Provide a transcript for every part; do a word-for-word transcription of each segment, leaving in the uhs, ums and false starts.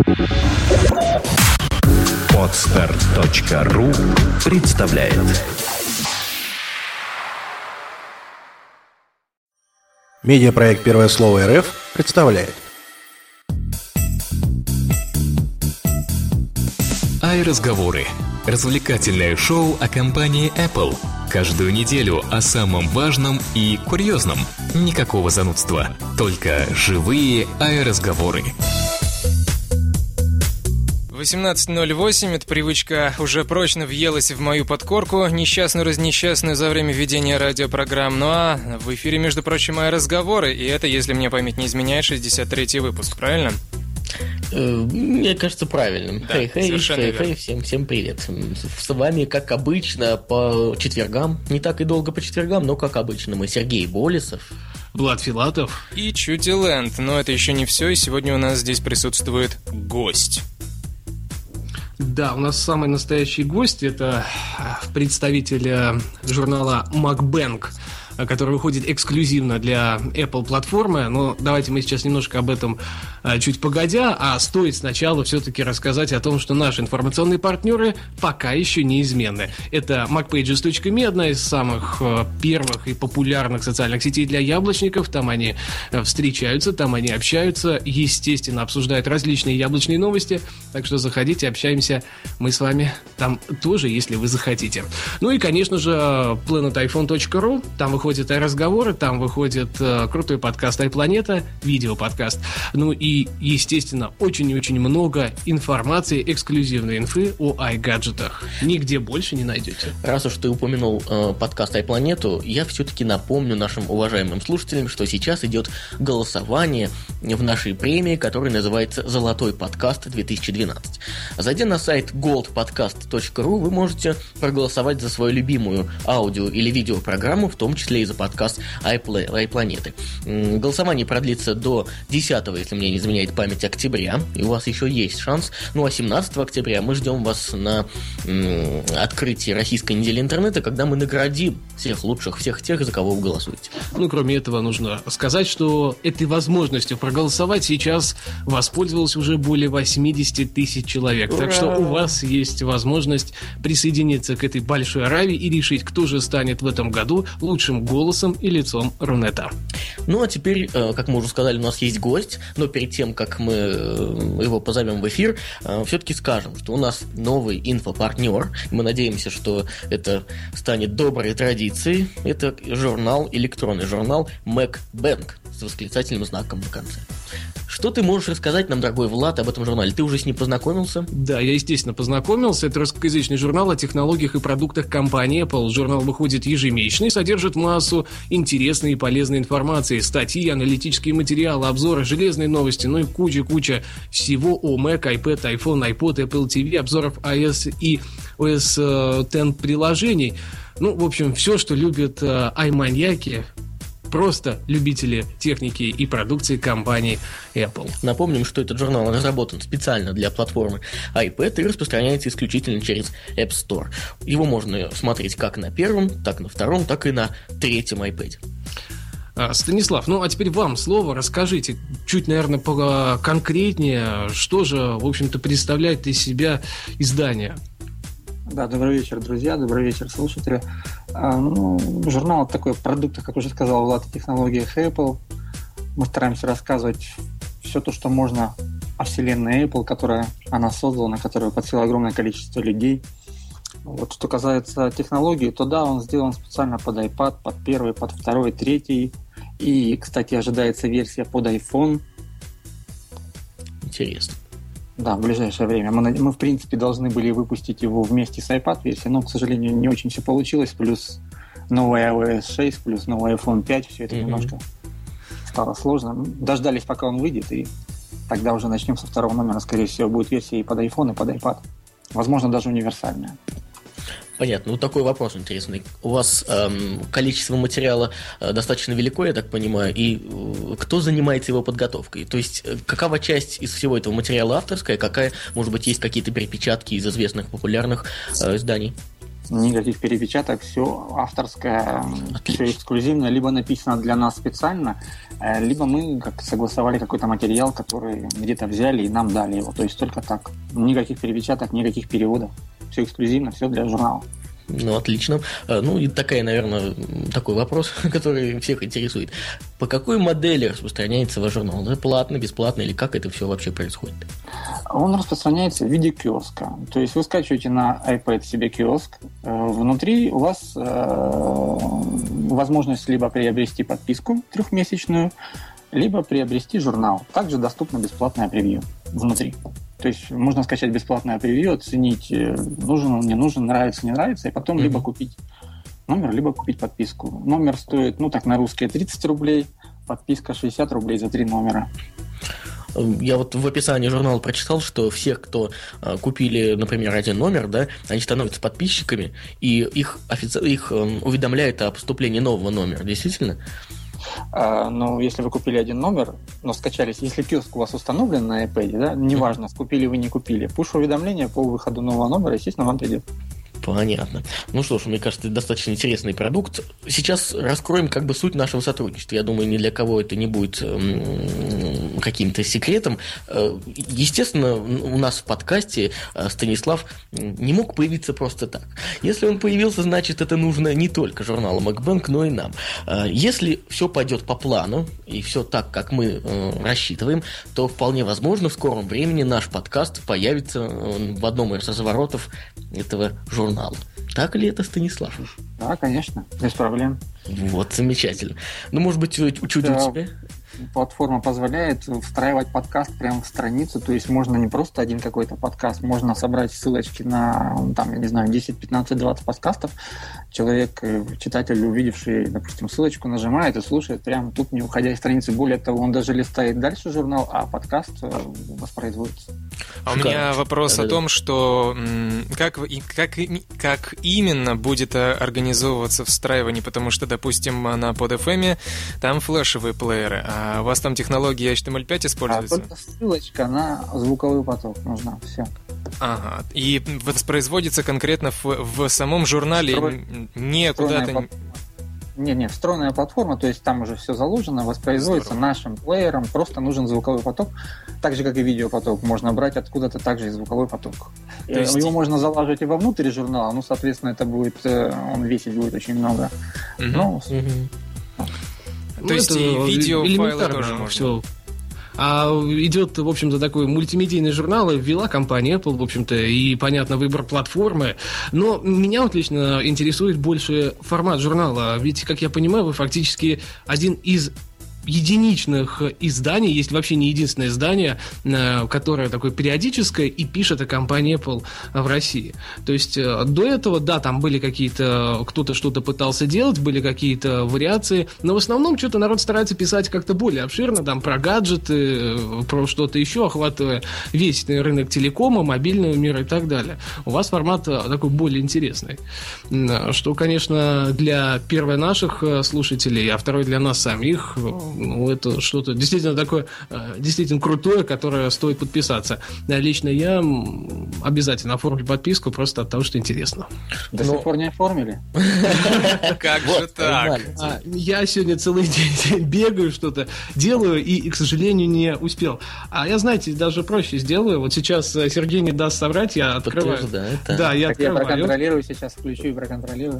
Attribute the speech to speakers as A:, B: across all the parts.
A: Подстер точка ру представляет.
B: Медиапроект «Первое слово РФ» представляет.
C: iRazговоры. Развлекательное шоу о компании Apple. Каждую неделю о самом важном и курьезном. Никакого занудства. Только живые iRazговоры.
D: восемнадцать ноль восемь, эта привычка уже прочно въелась в мою подкорку, несчастную-разнесчастную за время ведения радиопрограмм. Ну а в эфире, между прочим, разговоры, и это, если мне память не изменяет, шестьдесят третий выпуск, правильно?
E: Мне кажется, правильным.
D: Да,
E: хей, хей, хей,
D: хей,
E: всем, всем привет. С вами, как обычно, по четвергам. Не так и долго по четвергам, но как обычно мы Сергей Болесов,
F: Влад Филатов
D: и Чуди Лэнд. Но это еще не все, и сегодня у нас здесь присутствует гость.
F: Да, у нас самый настоящий гость – это представитель журнала MacBank, который выходит эксклюзивно для Apple платформы. Но давайте мы сейчас немножко об этом чуть погодя, а стоит сначала все-таки рассказать о том, что наши информационные партнеры пока еще неизменны. Это MacPages точка me, одна из самых первых и популярных социальных сетей для яблочников. Там они встречаются, там они общаются, естественно, обсуждают различные яблочные новости. Так что заходите, общаемся мы с вами там тоже, если вы захотите. Ну и, конечно же, планет айфон точка ру. Там выходят разговоры, там выходит э, крутой подкаст iPlaneta, видеоподкаст. Ну и, естественно, очень и очень много информации, эксклюзивной инфы о iGadget'ах. Нигде больше не найдете.
E: Раз уж ты упомянул э, подкаст iPlanetу, я все-таки напомню нашим уважаемым слушателям, что сейчас идет голосование в нашей премии, которая называется «Золотой подкаст две тысячи двенадцать». Зайдя на сайт голд подкаст точка ру, вы можете проголосовать за свою любимую аудио- или видеопрограмму, в том числе и за подкаст iPlaneta. Голосование продлится до десятого, если мне не изменяет память, октября, и у вас еще есть шанс. Ну а семнадцатого октября мы ждем вас на м, открытии Российской недели интернета, когда мы наградим всех лучших, всех тех, за кого вы голосуете.
F: Ну, кроме этого, нужно сказать, что этой возможностью проголосовать сейчас воспользовалось уже более восемьдесят тысяч человек.
E: Ура!
F: Так что у вас есть возможность присоединиться к этой большой араве и решить, кто же станет в этом году лучшим голосом и лицом Рунета.
E: Ну а теперь, как мы уже сказали, у нас есть гость, но перед тем, как мы его позовем в эфир, все-таки скажем, что у нас новый инфопартнер. Мы надеемся, что это станет доброй традицией. Это журнал, электронный журнал MacBank с восклицательным знаком на конце. Что ты можешь рассказать нам, дорогой Влад, об этом журнале? Ты уже с ним познакомился?
F: Да, я, естественно, познакомился. Это русскоязычный журнал о технологиях и продуктах компании Apple. Журнал выходит ежемесячно и содержит массу интересной и полезной информации. Статьи, аналитические материалы, обзоры, железные новости, ну и куча-куча всего о Mac, iPad, iPhone, iPod, Apple ти ви, обзоров iOS и о эс десять приложений. Ну, в общем, все, что любят э, ай-маньяки, просто любители техники и продукции компании Apple.
E: Напомним, что этот журнал разработан специально для платформы iPad и распространяется исключительно через App Store. Его можно смотреть как на первом, так на втором, так и на третьем iPad.
F: Станислав, ну а теперь вам слово. Расскажите чуть, наверное, поконкретнее, что же, в общем-то, представляет из себя издание.
G: Да, добрый вечер, друзья, добрый вечер, слушатели. А, ну, журнал такой продукт, как уже сказал Влад, о технологиях Apple. Мы стараемся рассказывать все то, что можно о вселенной Apple, которая она создана, которую подсило огромное количество людей. Вот что касается технологий, то да, он сделан специально под iPad, под первый, под второй, третий. И, кстати, ожидается версия под iPhone.
E: Интересно.
G: Да, в ближайшее время. Мы, мы, в принципе, должны были выпустить его вместе с iPad-версией, но, к сожалению, не очень все получилось. Плюс новый iOS шесть, плюс новый айфон пять. Все это mm-hmm. немножко стало сложно. Дождались, пока он выйдет, и тогда уже начнем со второго номера. Скорее всего, будет версия и под iPhone, и под iPad. Возможно, даже универсальная.
E: Понятно. Вот такой вопрос интересный. У вас эм, количество материала э, достаточно велико, я так понимаю, и э, кто занимается его подготовкой? То есть, э, какова часть из всего этого материала авторская, какая, может быть, есть какие-то перепечатки из известных популярных э, изданий?
G: Никаких перепечаток, все авторское, все эксклюзивно, либо написано для нас специально, либо мы как согласовали какой-то материал, который где-то взяли и нам дали его. То есть только так. Никаких перепечаток, никаких переводов. Все эксклюзивно, все для журнала.
E: Ну, отлично. Ну, и такая, наверное, такой вопрос, который всех интересует. По какой модели распространяется ваш журнал? Да, платно, бесплатно, или как это все вообще происходит?
G: Он распространяется в виде киоска. То есть вы скачиваете на iPad себе киоск. Внутри у вас возможность либо приобрести подписку трехмесячную, либо приобрести журнал. Также доступно бесплатное превью внутри. То есть можно скачать бесплатное превью, оценить, нужен он, не нужен, нравится, не нравится, и потом mm-hmm. либо купить номер, либо купить подписку. Номер стоит, ну так на русские тридцать рублей, подписка шестьдесят рублей за три номера.
E: Я вот в описании журнала прочитал, что все, кто а, купили, например, один номер, да, они становятся подписчиками, и их, офици... их um, уведомляет о поступлении нового номера. Действительно?
G: А, ну, если вы купили один номер, но скачались, если киоск у вас установлен на iPad, да, неважно, купили вы, не купили, пуш-уведомление по выходу нового номера, естественно, вам придет.
E: Понятно. Ну что ж, мне кажется, это достаточно интересный продукт. Сейчас раскроем как бы суть нашего сотрудничества. Я думаю, ни для кого это не будет м- каким-то секретом. Естественно, у нас в подкасте Станислав не мог появиться просто так. Если он появился, значит, это нужно не только журналу MacBank, но и нам. Если все пойдет по плану, и все так, как мы рассчитываем, то вполне возможно, в скором времени наш подкаст появится в одном из разворотов этого журнала. Так ли это, Станислав?
G: Да, конечно, без проблем.
E: Вот, замечательно. Ну, может быть, чуть-чуть у тебя?
G: Платформа позволяет встраивать подкаст прямо в страницу, то есть можно не просто один какой-то подкаст, можно собрать ссылочки на, там, я не знаю, десять, пятнадцать, двадцать подкастов. Человек, читатель, увидевший, допустим, ссылочку, нажимает и слушает прямо тут, не уходя из страницы. Более того, он даже листает дальше журнал, а подкаст воспроизводится.
D: А у меня вопрос да, о да, том, да. что как, как, как именно будет организовываться встраивание, потому что, допустим, на под эф эм там флешевые плееры, а у вас там технология эйч ти эм эль пять используется?
G: А только ссылочка на звуковой поток нужна, все.
D: Ага, и воспроизводится конкретно в, в самом журнале, Встро... не куда-то...
G: Под... Не, не, встроенная платформа, то есть там уже все заложено, воспроизводится Здорово. Нашим плеером, просто нужен звуковой поток, так же, как и видеопоток, можно брать откуда-то также и звуковой поток. То есть... Его можно залаживать и вовнутрь журнала, ну, соответственно, это будет, он весить будет очень много.
D: Угу.
G: Ну,
D: угу. То ну, есть и видеофайлы тоже можно.
F: Все. А идет, в общем-то, такой мультимедийный журнал, ввела компания Apple, в общем-то, и, понятно, выбор платформы. Но меня вот лично интересует больше формат журнала. Ведь, как я понимаю, вы фактически один из единичных изданий, есть вообще не единственное издание, которое такое периодическое и пишет о компании Apple в России. То есть до этого, да, там были какие-то, кто-то что-то пытался делать, были какие-то вариации, но в основном что-то народ старается писать как-то более обширно, там про гаджеты, про что-то еще, охватывая весь рынок телекома, мобильного мира и так далее. У вас формат такой более интересный, что, конечно, для первых наших слушателей, а второй для нас самих, ну, это что-то действительно такое, действительно крутое, которое стоит подписаться. Лично я обязательно оформлю подписку просто от того, что интересно.
G: До сих пор не оформили?
D: Как же так?
F: Я сегодня целый день бегаю, что-то делаю и, к сожалению, не успел. А я, знаете, даже проще сделаю. Вот сейчас Сергей не даст соврать, я открываю. Да, я открываю.
G: Я проконтролирую сейчас, включу и проконтролирую.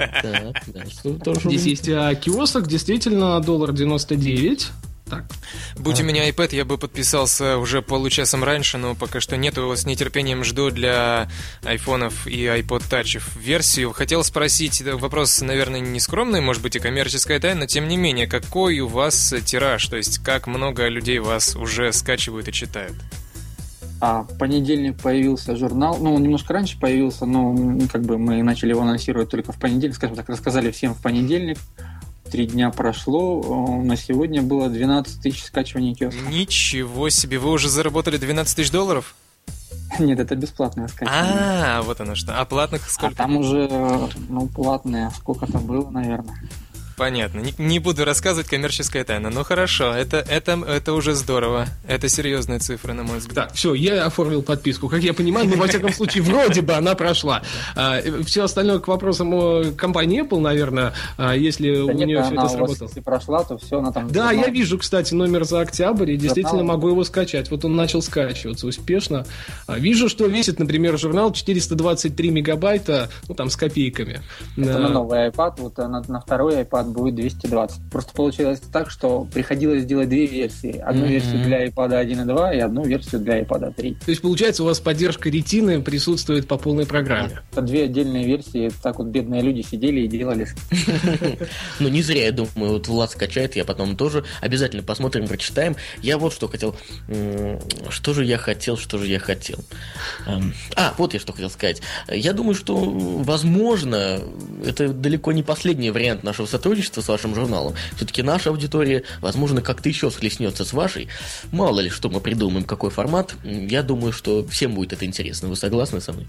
F: Здесь есть киоск, действительно, один доллар девяносто девять. Так.
D: Будь а. у меня iPad, я бы подписался уже получасом раньше, но пока что нету, с нетерпением жду для айфонов и iPod Touch версию. Хотел спросить, вопрос, наверное, не скромный, может быть и коммерческая тайна, но тем не менее, какой у вас тираж, то есть как много людей вас уже скачивают и читают?
G: А в понедельник появился журнал, ну, он немножко раньше появился, но как бы мы начали его анонсировать только в понедельник, скажем так, рассказали всем в понедельник. Три дня прошло, на сегодня было двенадцать тысяч скачиваний киоска.
D: Ничего себе, вы уже заработали двенадцать тысяч долларов?
G: Нет, это бесплатное скачивание.
D: А, вот оно что. А платных сколько?
G: А там уже, ну, платные, сколько-то было, наверное.
D: Понятно. Не, не буду рассказывать, коммерческая тайна. Ну хорошо, это, это, это уже здорово. Это серьезные цифры, на мой взгляд.
F: Так, все, я оформил подписку. Как я понимаю, ну, во всяком случае, вроде бы она прошла. А, все остальное к вопросам о компании Apple, наверное, а, если
G: да
F: у
G: нет,
F: нее все это
G: вас,
F: сработало.
G: если прошла, то все, она там...
F: Да,
G: журнал.
F: я вижу, кстати, номер за октябрь, и действительно
G: Журнал.
F: могу его скачать. Вот он начал скачиваться успешно. А, вижу, что весит, например, журнал четыреста двадцать три мегабайта, ну, там, с копейками.
G: Это
F: А,
G: на новый iPad, вот на, на второй iPad будет двести двадцать. Просто получилось так, что приходилось делать две версии. Одну
E: Mm-hmm.
G: версию для iPad один и два и одну версию для iPad три.
F: То есть, получается, у вас поддержка ретины присутствует по полной программе.
G: Это две отдельные версии. Так вот бедные люди сидели и делали.
E: Ну, не зря, я думаю, вот Влад скачает, я потом тоже обязательно посмотрим, прочитаем. Я вот что хотел. Что же я хотел, что же я хотел? А, вот я что хотел сказать. Я думаю, что, возможно, это далеко не последний вариант нашего сотрудничества с вашим журналом. Все-таки наша аудитория, возможно, как-то еще схлестнется с вашей. Мало ли, что мы придумаем, какой формат. Я думаю, что всем будет это интересно. Вы согласны со мной?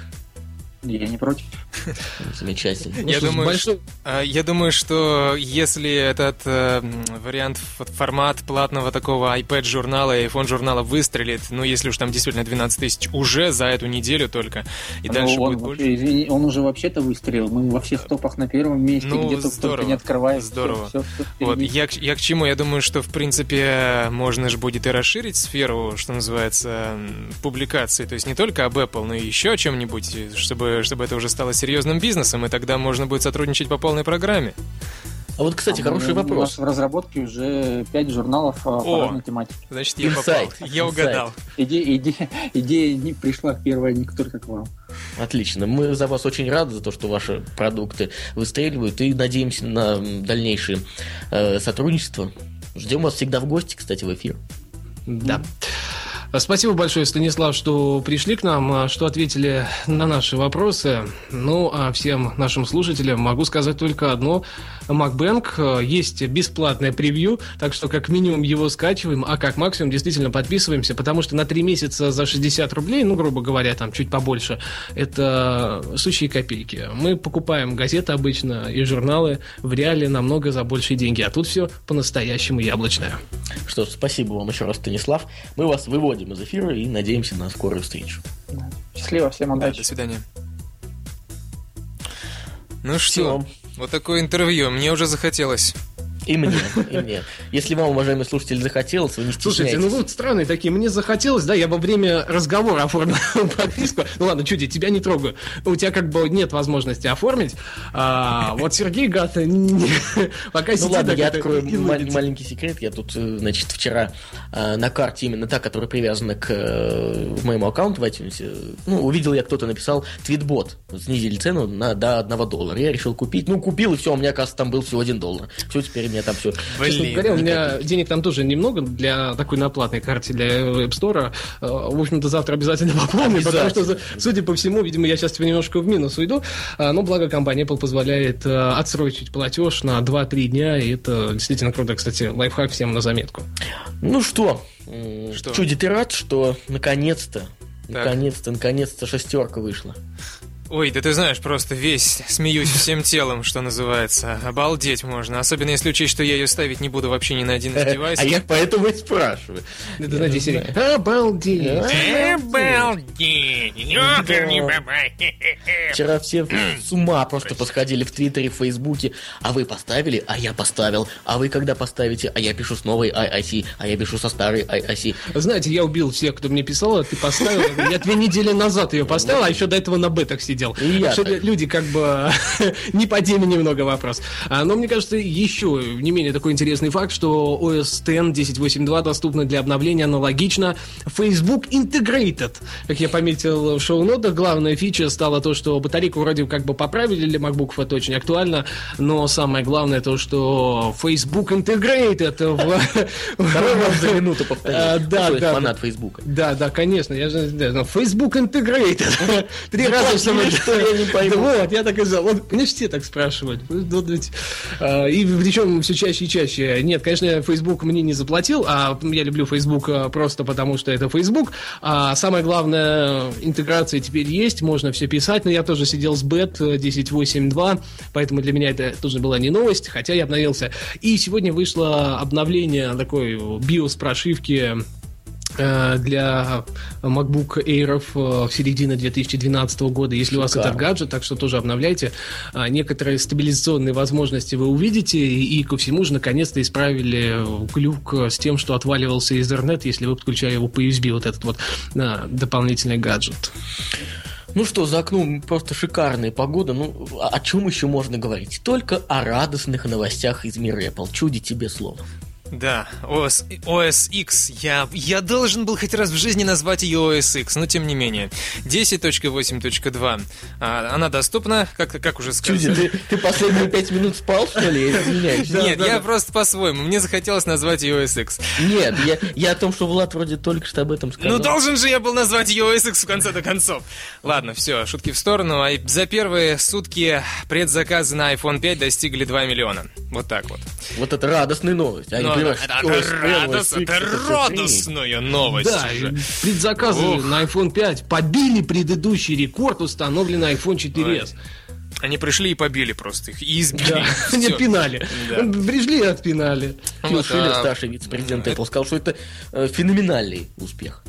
G: Я не против.
E: Замечательно.
F: Ну,
D: Я
F: что ж,
D: думаю,
F: большой-
D: что, а, я думаю, что если этот э, вариант, ф- формат платного такого iPad-журнала и iPhone-журнала выстрелит, ну, если уж там действительно двенадцать тысяч уже за эту неделю только, и
G: Ну,
D: дальше
G: он,
D: будет
G: вообще,
D: больше.
G: извини, он уже вообще-то выстрелил. Мы во всех топах на первом месте,
D: Ну,
G: где-то
D: здорово,
G: только не открывает.
D: здорово.
G: Все, все, все
D: Вот,
G: впереди.
D: я, к- я к чему? Я думаю, что, в принципе, можно же будет и расширить сферу, что называется, м, публикаций. То есть не только об Apple, но и еще о чем-нибудь, и чтобы, чтобы это уже стало серьезным бизнесом, и тогда можно будет сотрудничать по полной программе.
E: А вот, кстати,
G: А
E: хороший
G: у нас
E: вопрос.
G: в разработке уже пять журналов а,
D: О!
G: по разной тематике.
D: Значит, я попал.
E: Инсайт,
D: Я угадал.
G: Идея, идея, идея не пришла первая не только к вам.
E: Отлично. Мы за вас очень рады, за то, что ваши продукты выстреливают, и надеемся на м, дальнейшее э, сотрудничество. Ждем вас всегда в гости, кстати, в эфир.
F: Да. Спасибо большое, Станислав, что пришли к нам, что ответили на наши вопросы. Ну, а всем нашим слушателям могу сказать только одно. MacBank, есть бесплатное превью, так что как минимум его скачиваем, а как максимум действительно подписываемся, потому что на три месяца за шестьдесят рублей, ну, грубо говоря, там чуть побольше, это сущие копейки. Мы покупаем газеты обычно и журналы в реале намного за большие деньги, а тут все по-настоящему яблочное.
E: Что ж, спасибо вам еще раз, Станислав. Мы вас выводим из эфира и надеемся на скорую встречу.
G: Счастливо, всем
D: Да,
G: удачи.
D: до свидания. Ну
E: Всего.
D: что, вот такое интервью. Мне уже захотелось.
E: И мне, и мне. Если вам, уважаемые слушатели, захотелось, вы не
F: Слушайте,
E: стесняйтесь.
F: ну вы странные такие. Мне захотелось, да, я во время разговора оформил подписку. Ну ладно, чуди, тебя не трогаю. У тебя как бы нет возможности оформить. А, вот Сергей гад, не- пока
E: Ну
F: сидит...
E: ладно,
F: так
E: я
F: это
E: открою
F: и
E: ма-
F: лыбится.
E: маленький секрет. Я тут, э, значит, вчера э, на карте, именно та, которая привязана к э, моему аккаунту в iTunes, э, ну, увидел я, кто-то написал твитбот. Снизили цену на, до одного доллара. Я решил купить. Ну, купил, и все, у меня, оказывается, там был всего один доллар. Все, теперь у меня там все.
F: Честно
D: Блин,
F: говоря, у меня
E: никаких.
F: денег там тоже немного для такой на платной карте для App Store. Э, В общем-то, завтра обязательно пополню, потому что, судя по всему, видимо, я сейчас немножко в минус уйду. А, Но благо компания Apple позволяет э, отсрочить платеж на два-три дня, и это действительно круто. Кстати, лайфхак всем на заметку.
E: Ну что, м,
D: Что?
E: Чуди, ты рад, что наконец-то,
D: Так.
E: наконец-то, наконец-то шестерка вышла?
D: Ой, да ты знаешь, просто весь смеюсь всем телом, что называется. Обалдеть можно. Особенно если учесть, что я ее ставить не буду вообще ни на один из
E: А
D: девайсов.
E: я поэтому и спрашиваю.
F: Это, знаете, серия. Обалдеть!
D: Обалдеть! Ёкарный бабай!
E: Вчера все с ума просто посходили в Твиттере, в Фейсбуке. А вы поставили? А я поставил. А вы когда поставите? А я пишу с новой ай ай си. А я пишу со старой ай ай си.
F: Знаете, я убил всех, кто мне писал, а ты поставил. Я говорю, я две недели назад ее поставил, а еще до этого на бетах сидел.
E: И я
F: Так что
E: так.
F: люди как бы не по теме немного вопрос. А, но мне кажется, еще не менее такой интересный факт, что о эс X десять восемь два доступна для обновления аналогично Facebook Integrated. Как я пометил в шоу-нотах, главная фича стала то, что батарейку вроде как бы поправили для MacBook, это очень актуально, но самое главное то, что Facebook Integrated в...
E: Второй раз за минуту
F: А,
E: повторю.
F: да,
E: Какой
F: да,
E: фанат Фейсбука.
F: Да, да, конечно. Я же да, ну, Facebook Integrated. Три раза в самом
E: Что я не пойму?
F: Вот, я так и знал. Вот, мне все так спрашивали. И причем все чаще и чаще. Нет, конечно, Facebook мне не заплатил, а я люблю Facebook просто потому, что это Facebook. А самое главное, интеграция теперь есть, можно все писать, но я тоже сидел с бет десять восемь два, поэтому для меня это тоже была не новость, хотя я обновился. И сегодня вышло обновление такой биос прошивки для MacBook Air в середине две тысячи двенадцатого года, если у вас этот гаджет, так что тоже обновляйте. Некоторые стабилизационные возможности вы увидите, и ко всему же наконец-то исправили глюк с тем, что отваливался Ethernet, если вы подключали его по ю эс би, вот этот вот дополнительный гаджет.
E: Ну что, за окном просто шикарная погода. Ну, о чем еще можно говорить? Только о радостных новостях из мира Apple. Чуди, тебе слово.
D: Да, о эс, о эс X, я, я должен был хоть раз в жизни назвать ее о эс X, но тем не менее. десять точка восемь точка два, а, она доступна, как, как уже сказал.
E: Чуди, ты, ты последние пять минут спал, что ли? Извиняюсь.
D: Нет, да, я да. просто по-своему, мне захотелось назвать ее о эс X.
E: Нет, я, я о том, что Влад вроде только что об этом сказал.
D: Ну должен же я был назвать ее о эс X в конце-то концов. Ладно, все, шутки в сторону. А за первые сутки предзаказы на айфон пять достигли два миллиона. Вот так вот.
E: Вот это радостная новость. А
D: Но, это, это, радост, это радостная новость.
F: Да,
D: уже.
F: Предзаказы
D: Ух.
F: на айфон пять побили предыдущий рекорд, установленный на айфон четыре эс.
D: Они пришли и побили просто их, и избили.
F: Да, они отпинали. Да. Пришли и отпинали.
E: Фил Шиллер, старший вице-президент Apple, сказал, что это э, феноменальный успех.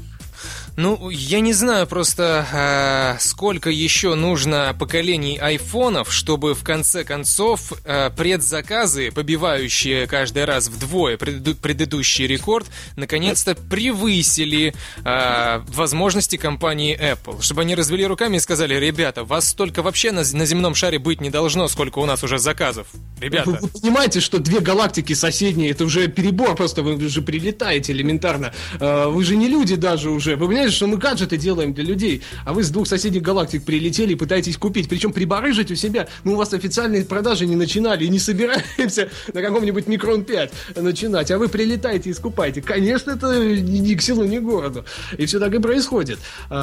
D: Ну, я не знаю просто, э, сколько еще нужно поколений айфонов, чтобы в конце концов э, предзаказы, побивающие каждый раз вдвое преду- предыдущий рекорд, наконец-то превысили э, возможности компании Apple. Чтобы они развели руками и сказали: ребята, вас столько вообще на, на земном шаре быть не должно, сколько у нас уже заказов. Ребята.
F: Вы, вы понимаете, что две галактики соседние, это уже перебор, просто вы уже прилетаете элементарно. Э, вы же не люди даже уже. Вы понимаете, что мы гаджеты делаем для людей, а вы с двух соседних галактик прилетели и пытаетесь купить. Причем прибарыжить у себя. Мы у вас официальные продажи не начинали и не собираемся на каком-нибудь Микрон пять начинать. А вы прилетаете и скупаете. Конечно, это ни к селу, ни к городу. И все так и происходит.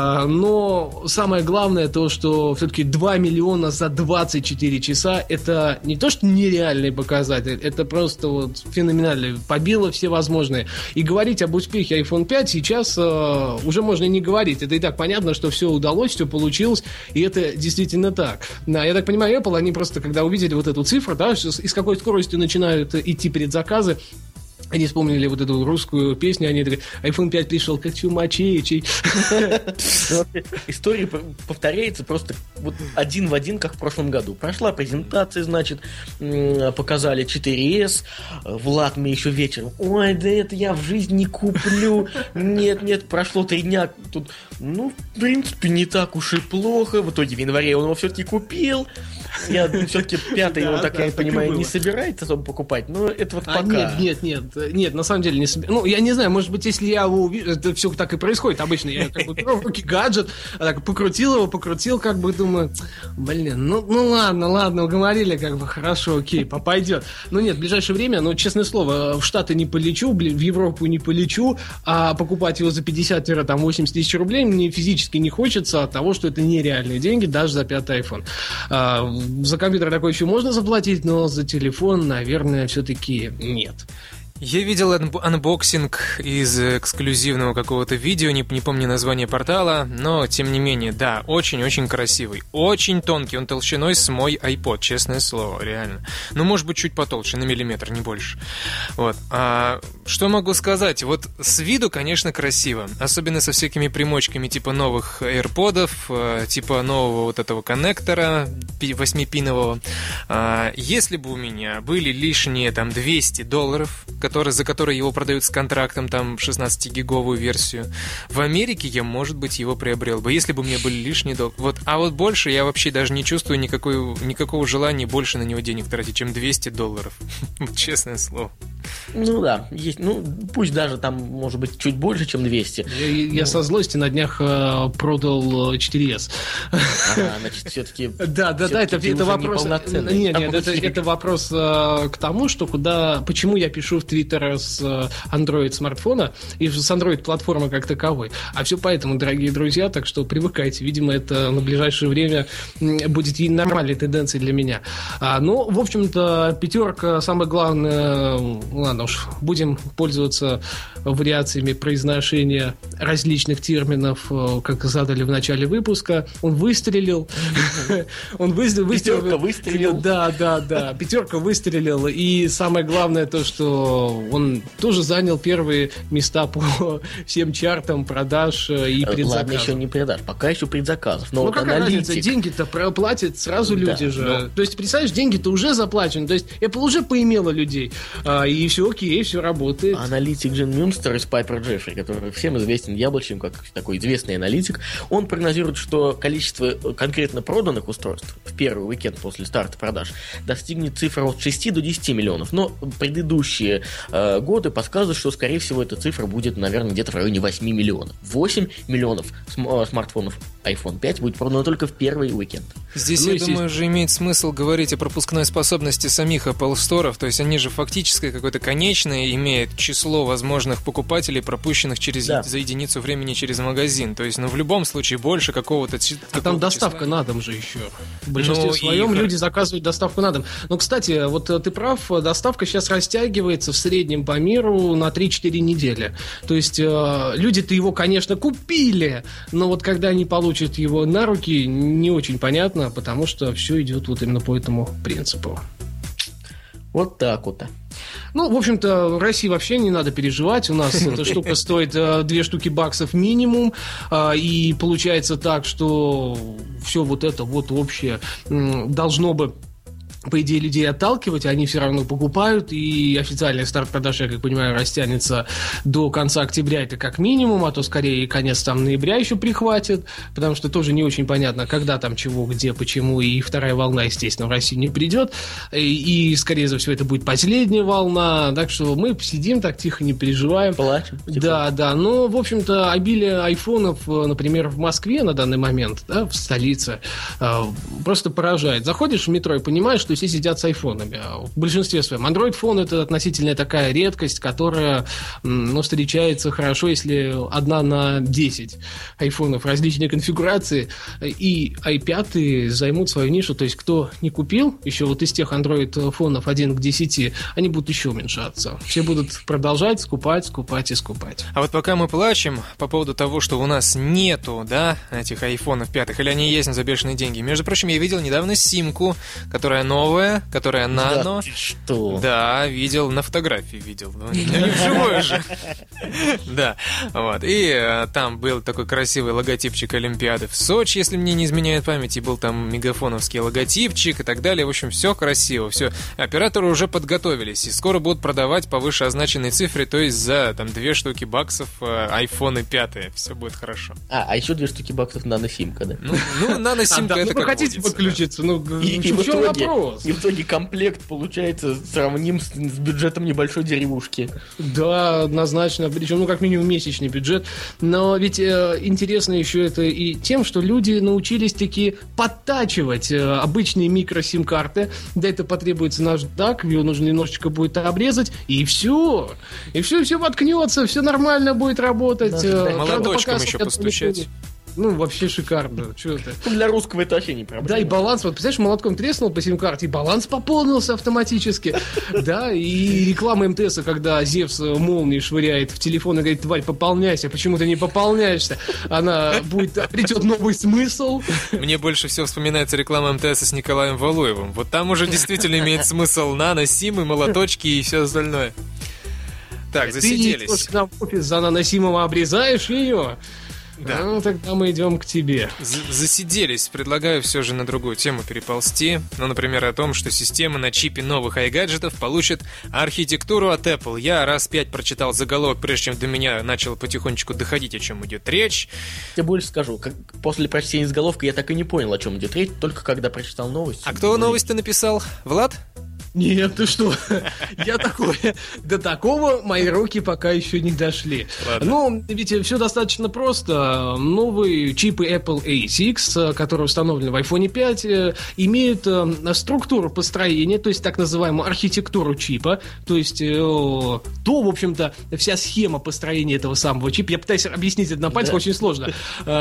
F: Но самое главное то, что все-таки два миллиона за двадцать четыре часа это не то, что нереальный показатель, это просто вот феноменально. Побило все возможные. И говорить об успехе айфон пять сейчас уже можно не говорить. Это и так понятно, что все удалось, все получилось, и это действительно так. Да, я так понимаю, Apple, они просто, когда увидели вот эту цифру, да, и с какой скоростью начинают идти предзаказы, они вспомнили вот эту русскую песню, они такие: айфон пять пришел как чумачечий.
E: История повторяется просто вот один в один, как в прошлом году. Прошла презентация, значит, показали четыре эс. Влад мне еще вечером: ой, да это я в жизни не куплю. Нет, нет, прошло три дня. Тут, ну, в принципе, не так уж и плохо. В итоге в январе он его все-таки купил. Я все-таки пятый, он, так я понимаю, не собирается особо покупать. Но это вот пока.
F: Нет, нет, нет. Нет, на самом деле не собираюсь. Ну, я не знаю, может быть, если я его увижу, это все так и происходит обычно. Я как бы беру в руки гаджет, так покрутил его, покрутил, как бы думаю: блин, ну, ну ладно, ладно, уговорили, как бы хорошо, окей, пойдет. Но нет, в ближайшее время, ну, честное слово, в Штаты не полечу, в Европу не полечу, а покупать его за пятьдесят-восемьдесят тысяч рублей мне физически не хочется от того, что это нереальные деньги, даже за пятый iPhone. А, за компьютер такой еще можно заплатить, но за телефон, наверное, все-таки нет.
D: Я видел анбоксинг из эксклюзивного какого-то видео, не, не помню название портала, но тем не менее, да, очень-очень красивый, очень тонкий, он толщиной с мой iPod, честное слово, реально. Ну, может быть, чуть потолще, на миллиметр, не больше. Вот. А, что могу сказать? Вот с виду, конечно, красиво, особенно со всякими примочками типа новых AirPod'ов, типа нового вот этого коннектора восьмипинового. А, если бы у меня были лишние там двести долларов, который, за который его продают с контрактом, там, шестнадцатигиговую версию. В Америке я, может быть, его приобрел бы, если бы у меня были лишние доллары. Вот, а вот больше я вообще даже не чувствую никакой, никакого желания больше на него денег тратить, чем двести долларов. Честное слово.
E: Ну да, есть, ну пусть даже там, может быть, чуть больше, чем двести.
F: Я, я ну. со злости на днях э, продал четыре эс.
E: Ага, значит, все-таки...
F: Да, да, да, это, это вопрос... Нет, нет, это, это вопрос э, к тому, что куда... Почему я пишу в Твиттер с э, Android-смартфона и с Android-платформы как таковой. А все поэтому, дорогие друзья, так что привыкайте. Видимо, это на ближайшее время будет и нормальной тенденцией для меня. А, ну, в общем-то, пятерка, самое главное... Ладно уж, будем пользоваться вариациями произношения различных терминов, как задали в начале выпуска. Он выстрелил. Он выстрелил.
E: Пятерка выстрелил.
F: Да, да, да. Пятерка выстрелил. И самое главное то, что он тоже занял первые места по всем чартам продаж и предзаказов.
E: Ладно, еще не продаж, пока еще предзаказов. Но
F: ну
E: вот
F: какая
E: аналитик...
F: разница? Деньги-то платят сразу люди
E: да,
F: же.
E: но...
F: То есть, представляешь, деньги-то уже заплачены. То есть, Apple уже поимела людей. А, и все окей, все работает.
E: Аналитик Джин Мюнстер из Пайпер Джеффри, который всем известен яблочем, как такой известный аналитик, он прогнозирует, что количество конкретно проданных устройств в первый уикенд после старта продаж достигнет цифры от шести до десяти миллионов. Но предыдущие э, годы подсказывают, что, скорее всего, эта цифра будет, наверное, где-то в районе восьми миллионов. восемь миллионов см- смартфонов айфон пять будет продано только в первый уикенд.
D: Здесь, ну, я думаю, же имеет смысл говорить о пропускной способности самих Apple Store, то есть они же фактически какое-то конечное имеют число возможных покупателей, пропущенных через да. за единицу времени через магазин. То есть, ну, в любом случае, больше какого-то...
F: А там доставка числа. На дом же еще. В большинстве ну, своем и... люди заказывают доставку на дом. Но, кстати, вот ты прав, доставка сейчас растягивается в среднем по миру на три-четыре недели. То есть, э, люди-то его, конечно, купили, но вот когда они получат его на руки, не очень понятно, потому что все идет вот именно по этому принципу.
E: Вот так вот.
F: Ну, в общем-то, в России вообще не надо переживать. У нас эта штука стоит э, две штуки баксов минимум. Э, и получается так, что все вот это вот общее э, должно бы, по идее, людей отталкивать, они все равно покупают, и официальный старт продаж, я как понимаю, растянется до конца октября, это как минимум, а то скорее и конец там ноября еще прихватит, потому что тоже не очень понятно, когда там чего, где, почему, и вторая волна, естественно, в Россию не придет, и, и скорее за все это будет последняя волна, так что мы сидим так тихо, не переживаем.
E: Плачем. Типа.
F: Да, да, но, в общем-то, обилие айфонов, например, в Москве на данный момент, да, в столице, просто поражает. Заходишь в метро и понимаешь, что все сидят с айфонами. В большинстве своем. Android-фон — это относительная такая редкость, которая, ну, встречается хорошо, если одна на десять айфонов различной конфигурации, и ай пять займут свою нишу. То есть, кто не купил еще вот из тех Android-фонов один к десяти, они будут еще уменьшаться. Все будут продолжать скупать, скупать и скупать.
D: А вот пока мы плачем по поводу того, что у нас нету, да, этих айфонов пятых, или они есть за бешеные деньги. Между прочим, я видел недавно симку, которая новая, которая нано.
E: Да, что?
D: Да, видел, на фотографии видел. Ну, не вживую же. Да, вот. И там был такой красивый логотипчик Олимпиады в Сочи, если мне не изменяет память, и был там мегафоновский логотипчик и так далее. В общем, все красиво, все. Операторы уже подготовились, и скоро будут продавать по вышеозначенной цифре, то есть за там две штуки баксов айфоны пятые. Все будет хорошо.
E: А, а еще две штуки баксов нано-симка, да?
D: Ну, ну нано-симка, а, да, это
F: ну,
D: как
F: хотите
D: водится,
F: подключиться?
D: Да.
F: Ну,
E: и, и
F: в чем
E: итоге,
F: вопрос?
E: И в итоге комплект получается сравним с, с бюджетом небольшой деревушки.
F: Да, однозначно. Причем, ну, как минимум, месячный бюджет. Но ведь э, интересно еще это и тем, что люди научились таки подтачивать э, обычные микро-сим-карты. Для этого потребуется наждак, ее нужно немножечко будет обрезать, и все. И все, все воткнется, все нормально будет работать.
D: Да, молоточком еще постучать.
F: Ну, вообще шикарно. Что это?
E: Для русского это вообще не проблема.
F: Да, и баланс, вот, представляешь, молотком треснул по сим-карте, и баланс пополнился автоматически. Да, и реклама МТСа, когда Зевс молнии швыряет в телефон и говорит: тварь, пополняйся, почему ты не пополняешься? Она будет, обретет новый смысл.
D: Мне больше всего вспоминается реклама МТСа с Николаем Валуевым. Вот там уже действительно имеет смысл нано, симы, молоточки и все остальное. Так, засиделись.
F: Ты в офис за наносимого обрезаешь ее. Да. Ну, тогда мы идем к тебе.
D: Засиделись. Предлагаю все же на другую тему переползти. Ну, например, о том, что системы на чипе новых iGadget'ов получат архитектуру от Apple. Я раз пять прочитал заголовок, прежде чем до меня начало потихонечку доходить, о чем идет речь.
E: Я больше скажу, как после прочтения заголовка я так и не понял, о чем идет речь, только когда прочитал новость.
D: А кто новость-то написал? Влад?
F: Нет, ты что? Я такой... До такого мои руки пока еще не дошли. Ладно. Ну, ведь все достаточно просто. Новые чипы Apple эй сикс, которые установлены в айфон пять, имеют структуру построения, то есть так называемую архитектуру чипа. То есть то, в общем-то, вся схема построения этого самого чипа. Я пытаюсь объяснить это на пальцах, да. Очень сложно.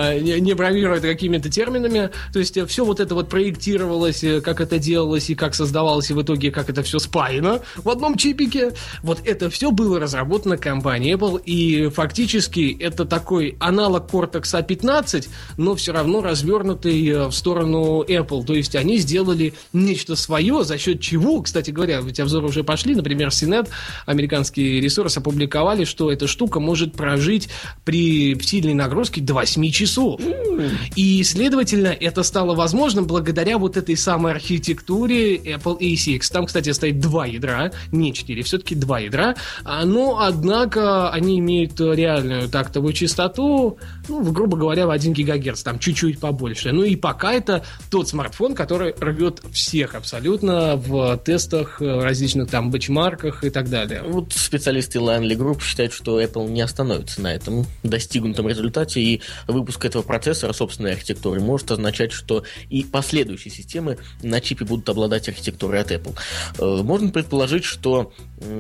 F: Не бравируя какими-то терминами. То есть все вот это вот проектировалось, как это делалось и как создавалось, и в итоге как это все спаяно в одном чипике. Вот это все было разработано компанией Apple, и фактически это такой аналог Cortex эй пятнадцать, но все равно развернутый в сторону Apple. То есть они сделали нечто свое, за счет чего, кстати говоря, ведь обзоры уже пошли, например, си нет, американский ресурс, опубликовали, что эта штука может прожить при сильной нагрузке до восемь часов. И, следовательно, это стало возможным благодаря вот этой самой архитектуре Apple эй сикс. Там, кстати, стоит два ядра, не четыре, все-таки два ядра, но, однако, они имеют реальную тактовую частоту, ну, грубо говоря, в один гигагерц, там чуть-чуть побольше. Ну и пока это тот смартфон, который рвет всех абсолютно в тестах, различных там бенчмарках и так далее.
E: Вот специалисты Langley Group считают, что Apple не остановится на этом достигнутом результате, и выпуск этого процессора собственной архитектуры может означать, что и последующие системы на чипе будут обладать архитектурой от Apple. Можно предположить, что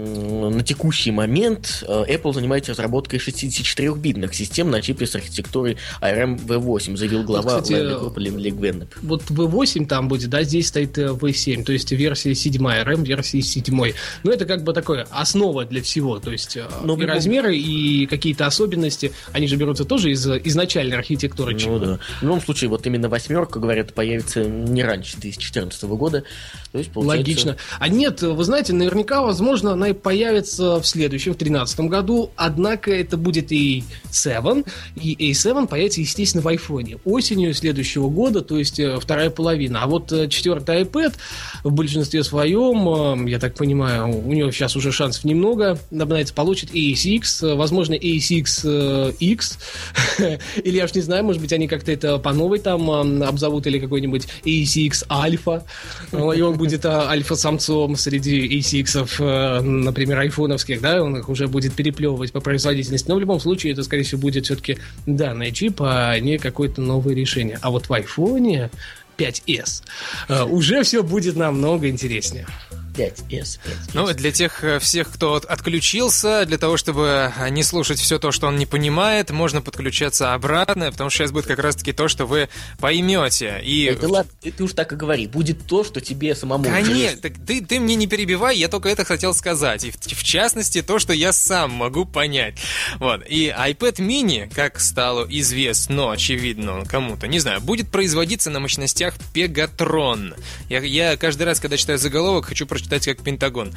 E: на текущий момент Apple занимается разработкой шестидесятичетырёхбитных систем на чипе с архитектурой эй ар эм ви восемь, заявил глава
F: вот, кстати,
E: Langley Group Линли Гвеннеп.
F: Вот ви восемь там будет, да, здесь стоит ви семь, то есть версия седьмая, эй ар эм версии седьмой. Но это как бы такое основа для всего, то есть Но и вы... размеры, и какие-то особенности, они же берутся тоже из изначальной архитектуры чипа.
E: Ну да. В любом случае, вот именно восьмерка, говорят, появится не раньше две тысячи четырнадцатого года. То есть, получается...
F: Логично. А нет, вы знаете, наверняка, возможно, она и появится в следующем, в тринадцатом году, однако это будет и семь, и эй семь появится, естественно, в айфоне осенью следующего года, то есть вторая половина. А вот четвертый iPad в большинстве своем, я так понимаю, у него сейчас уже шансов немного, набирается, получит эй сикс, возможно, эй сикс икс, или я уж не знаю, может быть, они как-то это по новой там обзовут, или какой-нибудь эй сикс Alpha, и он будет альфа-самцом среди эй сиксов, например, айфоновских, да, он их уже будет переплевывать по производительности, но в любом случае это, скорее всего, будет все-таки данный чип, а не какое-то новое решение. А вот в айфоне пять эс уже все будет намного интереснее.
E: пять эс, пять эс.
D: Ну, для тех всех, кто отключился, для того, чтобы не слушать все то, что он не понимает, можно подключаться обратно, потому что сейчас будет как раз-таки то, что вы поймете. И...
E: Это ладно, ты, ты уж так и говори. Будет то, что тебе самому
D: Конечно, так ты, ты мне не перебивай, я только это хотел сказать. И в, в частности, то, что я сам могу понять. Вот. И iPad mini, как стало известно, очевидно, кому-то, не знаю, будет производиться на мощностях Pegatron. Я, я каждый раз, когда читаю заголовок, хочу прочитать как Пентагон.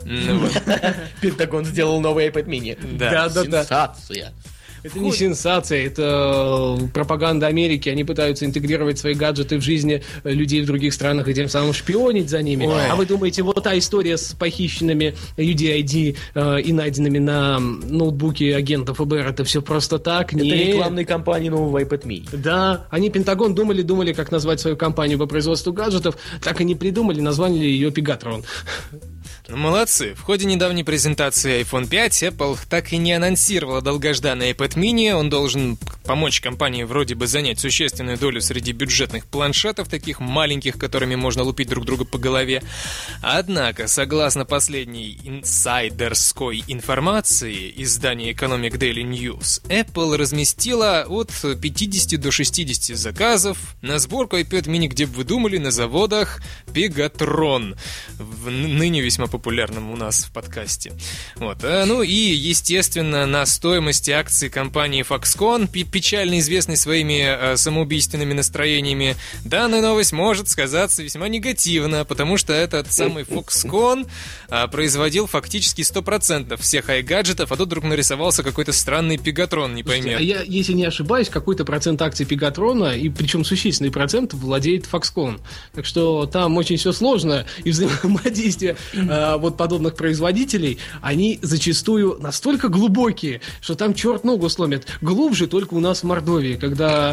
E: Пентагон сделал новый iPad mini.
F: Да, да, да.
E: Сенсация.
F: Это не сенсация, это пропаганда Америки. Они пытаются интегрировать свои гаджеты в жизни людей в других странах и тем самым шпионить за ними. Ой. А вы думаете, вот та история с похищенными ю ди ай ди э, и найденными на ноутбуке агентов эф бэ эр, это все просто так?
E: Это
F: не...
E: рекламные кампании нового iPad mini.
F: Да, они, Пентагон, думали-думали, как назвать свою компанию по производству гаджетов, так и не придумали, назвали ее Pegatron.
D: Ну, молодцы. В ходе недавней презентации айфон пять Apple так и не анонсировала долгожданный iPad mini. Он должен помочь компании вроде бы занять существенную долю среди бюджетных планшетов, таких маленьких, которыми можно лупить друг друга по голове. Однако, согласно последней инсайдерской информации издания Economic Daily News, Apple разместила от пятидесяти до шестидесяти заказов на сборку iPad mini, где бы вы думали, на заводах Pegatron, в ныне весьма популярном у нас в подкасте. Вот. Ну и, естественно, на стоимости акций компании Foxconn, печально известной своими э, самоубийственными настроениями, данная новость может сказаться весьма негативно, потому что этот самый Foxconn э, производил фактически сто процентов всех ай-гаджетов, а тут вдруг нарисовался какой-то странный Pegatron, не пойми.
F: А я, если не ошибаюсь, какой-то процент акций Pegatron, и причем существенный процент, владеет Foxconn. Так что там очень все сложно, и взаимодействие э, вот подобных производителей, они зачастую настолько глубокие, что там черт ногу сломит. Глубже только у нас в Мордовии, когда...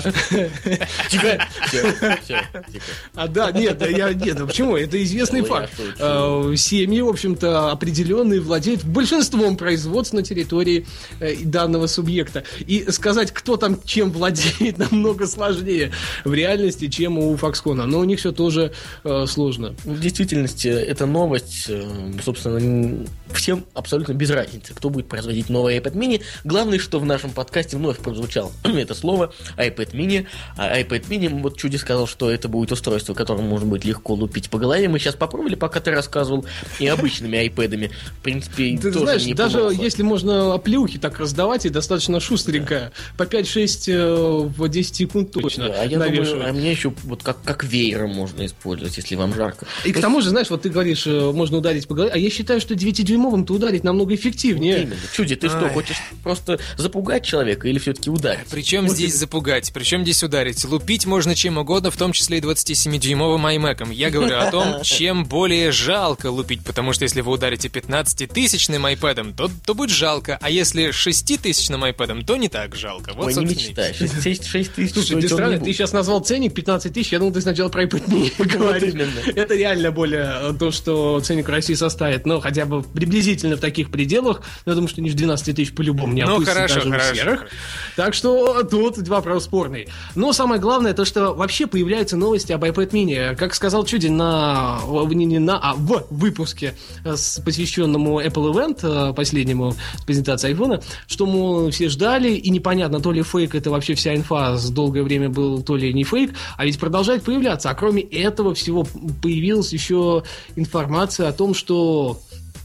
E: Тихо, тихо, тихо.
F: А да, нет, я нет, почему? Это известный факт. Семьи, в общем-то, определенные владеют большинством производств на территории данного субъекта. И сказать, кто там чем владеет, намного сложнее в реальности, чем у Foxconn. Но у них все тоже сложно.
E: В действительности, эта новость, собственно, всем абсолютно без разницы, кто будет производить новый iPad mini. Главное, что в нашем подкасте вновь прозвучало это слово iPad mini. А iPad mini, вот Чуди сказал, что это будет устройство, которым можно будет легко лупить по голове. Мы сейчас попробовали, пока ты рассказывал, и обычными iPad'ами. В принципе,
F: ты
E: тоже
F: знаешь,
E: не
F: даже
E: помогло.
F: если можно оплеухи так раздавать, и достаточно шустренько, по пять-шесть в десять секунд точно
E: Да, а я
F: навешивать.
E: думаю, а мне еще вот как, как веером можно использовать, если вам жарко.
F: И к тому же, знаешь, вот ты говоришь, можно ударить по голове, а я считаю, что девятидюймовым-то ударить намного эффективнее.
E: Вот именно. Чуди, ты что,
D: Ай.
E: хочешь просто запугать человека или все-таки ударить?
D: Причем здесь запугать, причем здесь ударить. Лупить можно чем угодно, в том числе и двадцатисемидюймовым iMac'ом. Я говорю о том, чем более жалко лупить, потому что если вы ударите пятнадцатитысячным iPad'ом, то, то будет жалко, а если шеститысячным iPad'ом, то не так жалко. Вот,
E: Ой, не
D: собственно, и
E: мечтай. шесть тысяч
F: Слушай, ты странно, ты сейчас назвал ценник пятнадцать тысяч, я думал, ты сначала про iPad mini говоришь.
E: именно.
F: Это реально более то, что ценник в России составит, но хотя бы приблизительно в таких пределах, но я думаю, что не в двенадцать тысяч по-любому не
D: Ну,
F: опустится
D: хорошо,
F: даже
D: хорошо,
F: у серых.
D: хорошо.
F: Так что тут вопрос спорный. Но самое главное, то, что вообще появляются новости об iPad mini. Как сказал Чуди на, не, не на, а в выпуске, с, посвященному Apple Event, последнему с презентацией iPhone, что мы все ждали, и непонятно, то ли фейк, это вообще вся инфа с долгое время был, то ли не фейк, а ведь продолжает появляться. А кроме этого всего появилась еще информация о том, что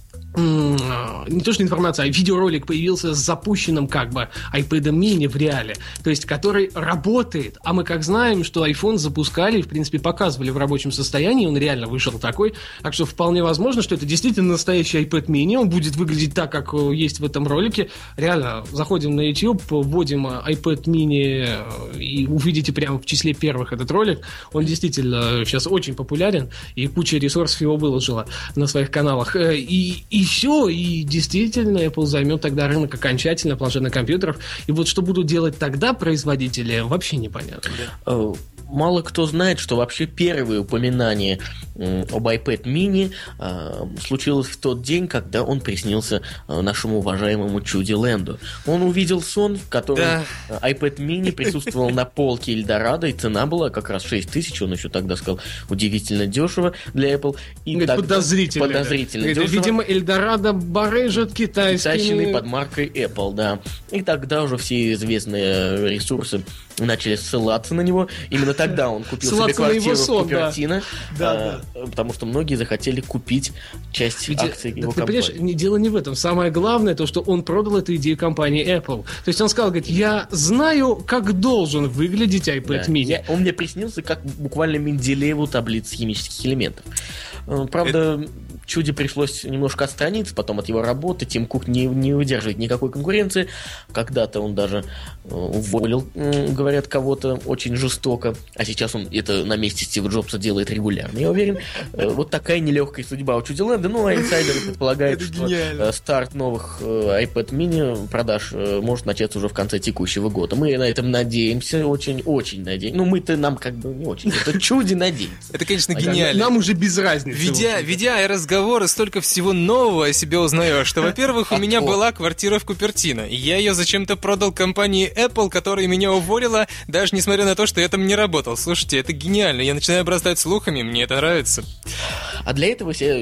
F: не то что информация, а видеоролик появился с запущенным как бы iPad mini в реале, то есть который работает, а мы как знаем, что iPhone запускали и в принципе показывали в рабочем состоянии, он реально вышел такой, так что вполне возможно, что это действительно настоящий iPad mini, он будет выглядеть так, как есть в этом ролике. Реально, заходим на YouTube, вводим iPad mini и увидите прямо в числе первых этот ролик, он действительно сейчас очень популярен, и куча ресурсов его выложила на своих каналах, и, и все, и действительно Apple займет тогда рынок окончательно планшетных компьютеров. И вот что будут делать тогда производители, вообще непонятно.
E: Мало кто знает, что вообще первые упоминания об iPad mini случилось в тот день, когда он приснился нашему уважаемому Чуди Лэнду. Он увидел сон, в котором да. iPad mini присутствовал на полке Эльдорадо, и цена была как раз шесть тысяч, он еще тогда сказал, удивительно дешево для Apple. И
F: Говорит,
E: тогда...
F: подозрительно.
E: Подозрительно
F: Говорит,
E: дешево.
F: видимо, Эльдорадо барыжит китайскими...
E: Китайщиной под маркой Apple, да. И тогда уже все известные ресурсы начали ссылаться на него. Именно тогда он купил
F: ссылаться
E: себе квартиру
F: сон,
E: в Купертино,
F: да.
E: а,
F: Да, да.
E: потому что многие захотели купить часть
F: Ведь,
E: акций
F: да,
E: его
F: ты
E: компании.
F: понимаешь, дело не в этом. Самое главное, то, что он продал эту идею компании Apple. То есть он сказал, говорит, я знаю, как должен выглядеть iPad
E: Да.
F: mini.
E: Я, он мне приснился как буквально Менделееву таблицу химических элементов. Правда, это... Чуди пришлось немножко отстраниться потом от его работы. Тим Кук не, не выдерживает никакой конкуренции. Когда-то он даже уволил, говорят, кого-то очень жестоко. А сейчас он это на месте Стива Джобса делает регулярно. Я уверен, вот такая нелегкая судьба у Чуди Лэнда. Ну, а инсайдеры предполагают, что старт новых iPad mini продаж может начаться уже в конце текущего года. Мы на этом надеемся, очень-очень надеемся. Ну, мы-то нам как бы не очень. Это Чуди надеемся.
D: Это, конечно, гениально.
F: Нам уже без разницы.
D: Ведя, ведя разговор столько всего нового о себе узнаешь, что, во-первых, у меня была квартира в Купертино, и я ее зачем-то продал компании Apple, которая меня уволила, даже несмотря на то, что я там не работал. Слушайте, это гениально, я начинаю обрастать слухами, мне это нравится.
E: А для этого все...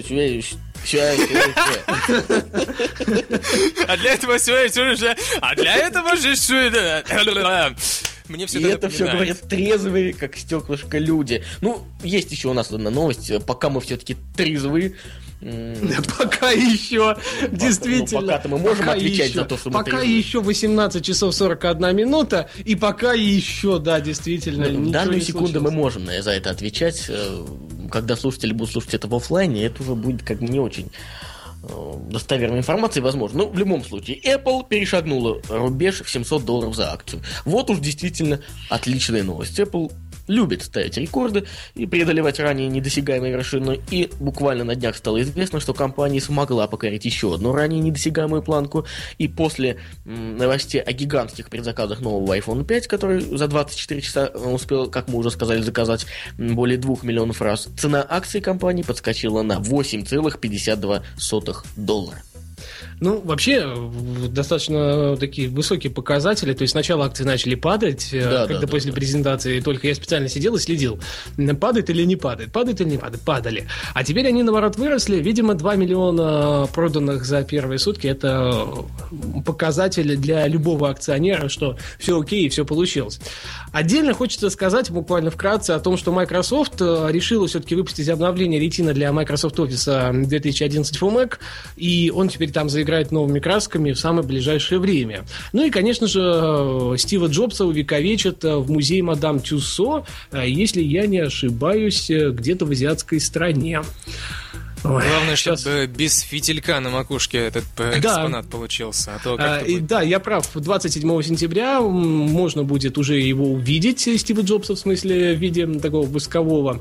D: А для этого все... А для этого же... Мне все
E: и это все говорят трезвые, как стеклышко, люди. Ну, есть еще у нас одна новость. Пока мы все-таки трезвые.
F: Пока еще, действительно.
E: Ну, пока-то мы можем отвечать
F: еще,
E: за то, что мы
F: Пока
E: трезвые.
F: еще восемнадцать часов сорок одна минута, и пока еще, да, действительно.
E: В данную секунду мы можем за это отвечать. Когда слушатели будут слушать это в офлайне, это уже будет как бы не очень достоверной информации, возможно. Но в любом случае, Apple перешагнула рубеж в семьсот долларов за акцию. Вот уж действительно отличная новость. Apple любит ставить рекорды и преодолевать ранее недосягаемые вершины, и буквально на днях стало известно, что компания смогла покорить еще одну ранее недосягаемую планку, и после м, новостей о гигантских предзаказах нового айфон пять, который за двадцать четыре часа успел, как мы уже сказали, заказать более двух миллионов раз, цена акций компании подскочила на восемь целых пятьдесят два сотых доллара.
F: Ну, вообще, достаточно такие высокие показатели. То есть сначала акции начали падать, да, когда да, после да, презентации да. Только я специально сидел и следил, падает или не падает, падает или не падает, падали. А теперь они, наоборот, выросли. Видимо, два миллиона проданных за первые сутки – это показатель для любого акционера, что все окей, все получилось. Отдельно хочется сказать, буквально вкратце, о том, что Microsoft решила все-таки выпустить обновление Retina для Microsoft Office две тысячи одиннадцать for Mac, и он теперь там заиграет новыми красками в самое ближайшее время. Ну и, конечно же, Стива Джобса увековечат в музее Мадам Тюссо, если я не ошибаюсь, где-то в азиатской стране.
D: Ой, главное, сейчас... чтобы без фитилька на макушке этот экспонат да. получился. А то
F: а, и, да, я прав. двадцать седьмого сентября можно будет уже его увидеть, Стива Джобса, в смысле, в виде такого воскового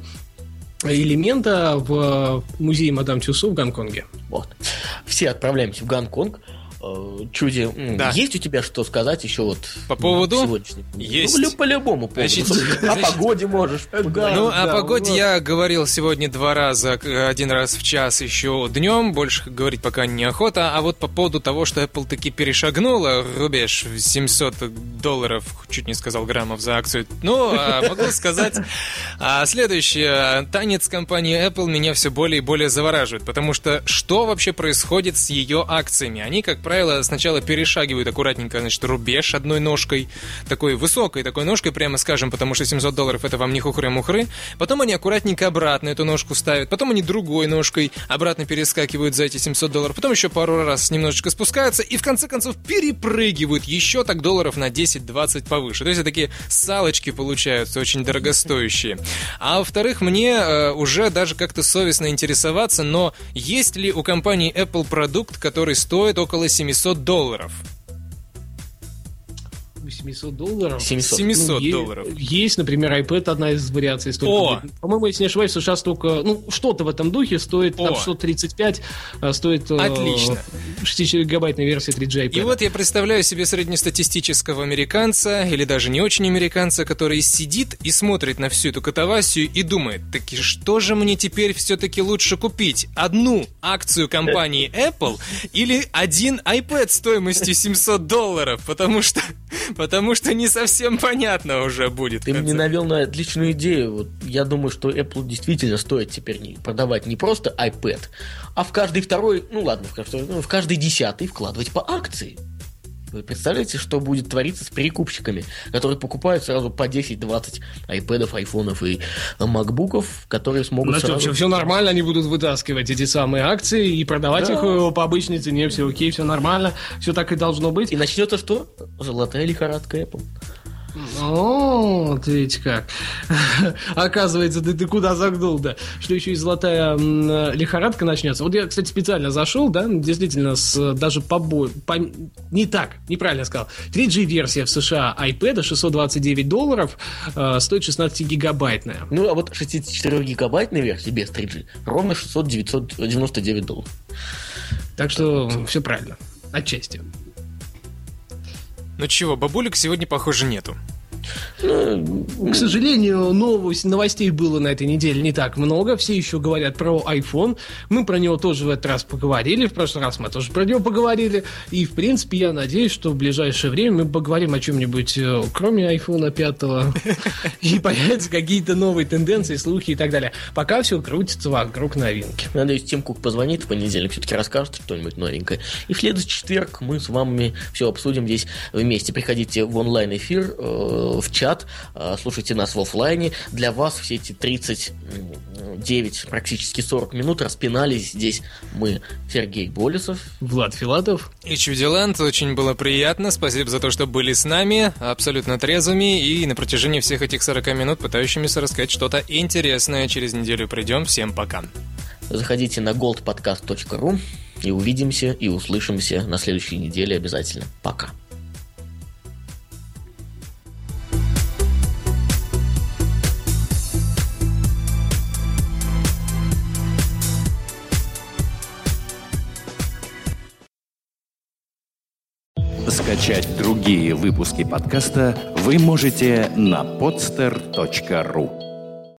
F: элемента в музее Мадам Тюссо в Гонконге.
E: Вот. Все отправляемся в Гонконг. Чуди, да. Есть у тебя что сказать еще вот
D: по поводу?
E: Сегодняшнего?
D: Есть.
E: Ну, по любому поводу. Значит, о значит, погоде можешь.
D: Да, ну, да, о погоде вот. Я говорил сегодня два раза, один раз в час еще днем, больше говорить пока неохота, а вот по поводу того, что Apple таки перешагнула рубеж в семьсот долларов, чуть не сказал граммов за акцию, ну, могу сказать следующее. Танец компании Apple меня все более и более завораживает, потому что что вообще происходит с ее акциями? Они, как правило, сначала перешагивают аккуратненько, значит, рубеж одной ножкой, такой высокой такой ножкой, прямо скажем, потому что семьсот долларов это вам не хухры-мухры. Потом они аккуратненько обратно эту ножку ставят, потом они другой ножкой обратно перескакивают за эти семьсот долларов, потом еще пару раз немножечко спускаются и в конце концов перепрыгивают еще так долларов на десять-двадцать повыше. То есть такие салочки получаются очень дорогостоящие. А во-вторых, мне э, уже даже как-то совестно интересоваться, но есть ли у компании Apple продукт, который стоит около семьсот долларов?
F: семьсот долларов?
D: семьсот, семьсот
F: ну,
D: долларов.
F: Есть, например, iPad, одна из вариаций. О! По-моему, если не ошибаюсь, в США столько, ну, что-то в этом духе стоит, там шестьсот тридцать пять, стоит
D: отлично.
F: шестигигабайтная версия три джи iPad.
D: И вот я представляю себе среднестатистического американца, или даже не очень американца, который сидит и смотрит на всю эту катавасию и думает, таки что же мне теперь все-таки лучше купить? Одну акцию компании Apple или один iPad стоимостью семьсот долларов? Потому что... Потому что не совсем понятно уже будет.
E: Ты мне навел на отличную идею. Вот я думаю, что Apple действительно стоит теперь не продавать не просто iPad, а в каждый второй, ну ладно, в каждый, ну, в каждый десятый вкладывать по акции. Вы представляете, что будет твориться с перекупщиками, которые покупают сразу по десять-двадцать айпэдов, айфонов и макбуков, которые смогут
F: ну,
E: сразу...
F: Все, все нормально, они будут вытаскивать эти самые акции и продавать да. их по обычной цене, все окей, все нормально, все так и должно быть.
E: И начнется что? Золотая лихорадка Apple.
F: О, ты ведь как. Оказывается, ты, ты куда загнул, да. Что еще и золотая м, лихорадка начнется. Вот я, кстати, специально зашел, да, действительно, с даже побо... по... Не так, неправильно сказал. три джи-версия в США iPad шестьсот двадцать девять долларов, э, стоит шестнадцатигигабайтная.
E: Ну, а вот шестидесятичетырёхгигабайтная версия без три джи ровно шестьсот девяносто девять долларов.
F: Так что все правильно. Отчасти.
D: Ну чего, бабулек сегодня, похоже, нету.
F: К сожалению, новость, новостей было на этой неделе не так много. Все еще говорят про iPhone. Мы про него тоже в этот раз поговорили. В прошлый раз мы тоже про него поговорили. И, в принципе, я надеюсь, что в ближайшее время мы поговорим о чем-нибудь, кроме айфона пятого. И появятся какие-то новые тенденции, слухи и так далее. Пока все крутится вокруг новинки.
E: Надеюсь, Тим Кук позвонит в понедельник, все-таки расскажет что-нибудь новенькое. И в следующий четверг мы с вами все обсудим здесь вместе. Приходите в онлайн-эфир, в чат, слушайте нас в офлайне. Для вас все эти тридцать девять, практически сорок минут распинались здесь мы, Сергей Болесов,
F: Влад Филатов
D: и Чудиланд. Очень было приятно. Спасибо за то, что были с нами, абсолютно трезвыми и на протяжении всех этих сорока минут пытающимися рассказать что-то интересное. Через неделю придем. Всем пока.
E: Заходите на голд подкаст точка ру и увидимся и услышимся на следующей неделе обязательно. Пока.
A: Скачать другие выпуски подкаста вы можете на podster точка ru.